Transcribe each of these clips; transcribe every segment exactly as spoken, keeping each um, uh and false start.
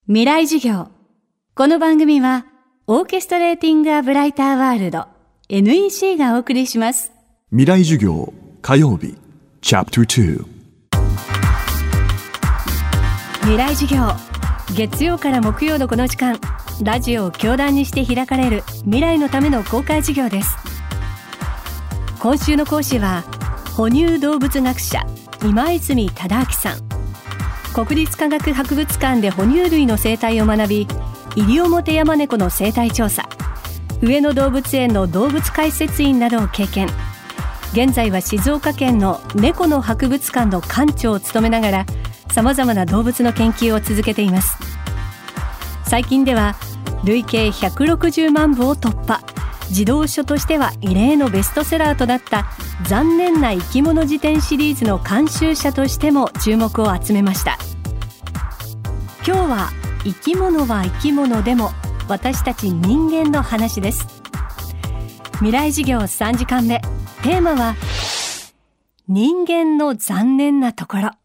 未来授業。この番組はオーケストレーティングアブライターワールド エヌイーシー がお送りします。 未来授業火曜日チャプターに。 未来授業、月曜から木曜のこの時間、ラジオを教壇にして開かれる未来のための公開授業です。今週の講師は哺乳動物学者今泉忠明さん。国立科学博物館で哺乳類の生態を学び、イリオモテヤマネコの生態調査、上野動物園の動物解説員などを経験。現在は静岡県の猫の博物館の館長を務めながら、さまざまな動物の研究を続けています。最近では累計ひゃくろくじゅうまんぶを突破、児童書としては異例のベストセラーとなった残念な生き物辞典シリーズの監修者としても注目を集めました。今日は生き物は生き物でも私たち人間の話です。未来授業さんじかんめ、テーマは人間の残念なところ。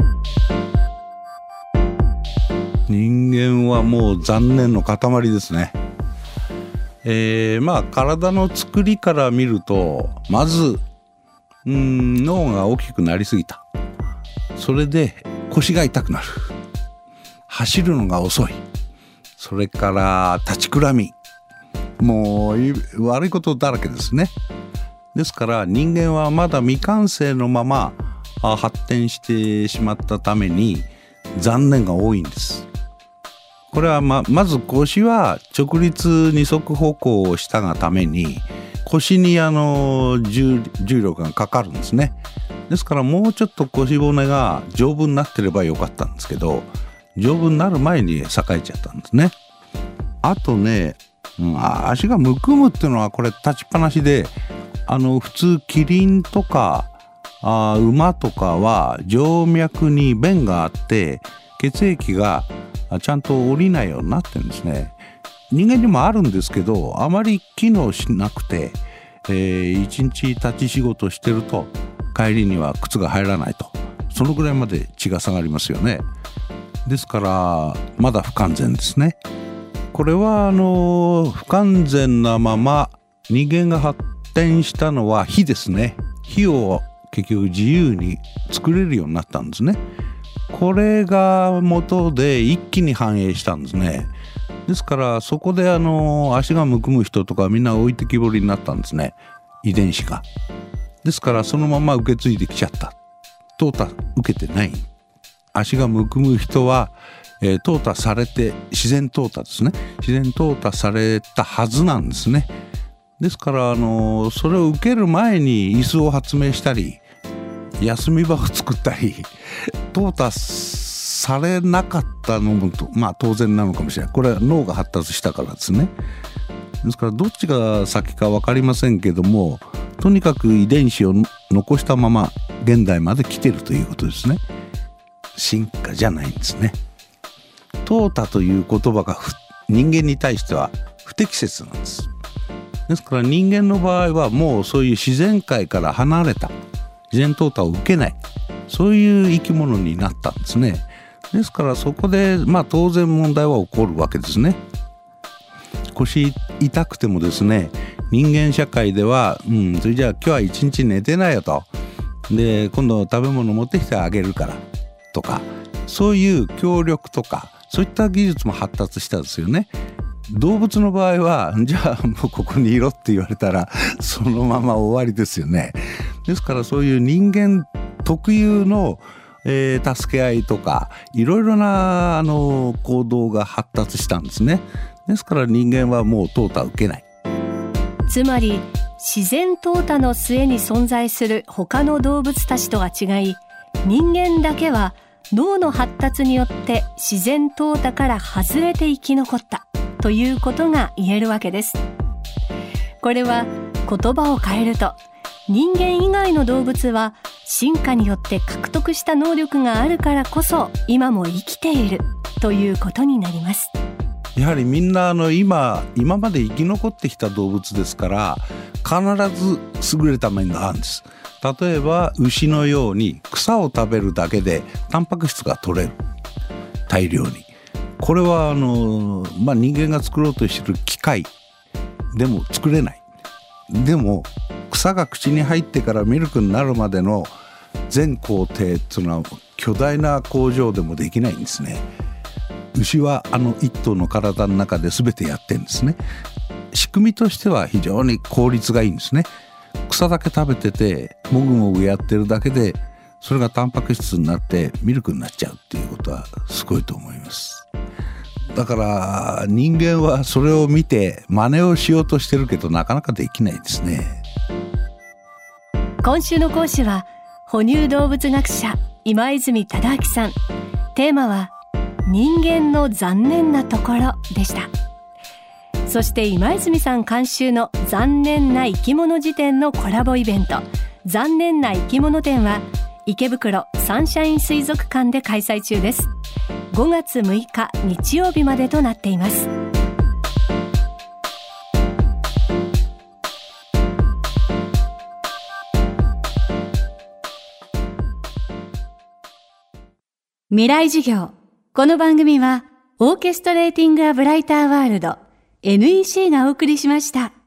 人間はもう残念の塊ですね。えー、まあ体の作りから見ると、まずうーん脳が大きくなりすぎた。それで腰が痛くなる。走るのが遅い。それから立ちくらみ。もう悪いことだらけですね。ですから人間はまだ未完成のまま発展してしまったために残念が多いんです。これは ま, まず腰は直立二足歩行をしたがために腰にあの 重, 重力がかかるんですね。ですからもうちょっと腰骨が丈夫になってればよかったんですけど、丈夫になる前に栄えちゃったんですね。あとね、うん、足がむくむっていうのはこれ立ちっぱなしで、あの普通キリンとかあ馬とかは静脈に弁があって血液がちゃんと降りないようになってるんですね。人間にもあるんですけど、あまり機能しなくて、えー、一日立ち仕事してると帰りには靴が入らないと、そのぐらいまで血が下がりますよね。ですからまだ不完全ですね。これはあの不完全なまま人間が発展したのは火ですね。火を結局自由に作れるようになったんですね。これが元で一気に繁栄したんですね。ですからそこであの足がむくむ人とかみんな置いてきぼりになったんですね、遺伝子が。ですからそのまま受け継いできちゃった。淘汰受けてない。足がむくむ人は、えー、淘汰されて、自然淘汰ですね。自然淘汰されたはずなんですね。ですからあのそれを受ける前に椅子を発明したり休み場を作ったり淘汰されなかったのもまあ当然なのかもしれない。これは脳が発達したからですね。ですからどっちが先か分かりませんけども、とにかく遺伝子を残したまま現代まで来てるということですね。進化じゃないんですね。淘汰という言葉が人間に対しては不適切なんです。ですから人間の場合はもうそういう自然界から離れた、自然淘汰を受けない、そういう生き物になったんですね。ですからそこでまあ当然問題は起こるわけですね。腰痛くてもですね、人間社会では、うん、それじゃあ今日は一日寝てないよと、で今度食べ物持ってきてあげるからとか、そういう協力とかそういった技術も発達したんですよね。動物の場合はじゃあもうここにいろって言われたらそのまま終わりですよね。ですからそういう人間特有の、えー、助け合いとかいろいろなあの行動が発達したんですね。ですから人間はもう淘汰を受けない。 つまり自然淘汰の末に存在する他の動物たちとは違い、人間だけは脳の発達によって自然淘汰から外れて生き残ったということが言えるわけです。これは言葉を変えると、人間以外の動物は進化によって獲得した能力があるからこそ今も生きているということになります。 やはりみんなあの 今, 今まで生き残ってきた動物ですから、必ず優れた面があるんです。例えば牛のように草を食べるだけでタンパク質が取れる、大量に。 これはあの、まあ、人間が作ろうとしている機械でも作れない。でも草が口に入ってからミルクになるまでの全工程っていうのは巨大な工場でもできないんですね。牛はあの一頭の体の中で全てやってるんですね。仕組みとしては非常に効率がいいんですね。草だけ食べててもぐもぐやってるだけでそれがタンパク質になってミルクになっちゃうっていうことはすごいと思います。だから人間はそれを見て真似をしようとしてるけどなかなかできないですね。 今週の講師は哺乳動物学者今泉忠明さん。テーマは人間の残念なところでした。そして今泉さん監修の残念な生き物辞典のコラボイベント、残念な生き物展は池袋サンシャイン水族館で開催中です。ごがつむいか日曜日までとなっています。未来授業。この番組はオーケストレーティング・ア・ブライター・ワールド エヌイーシー がお送りしました。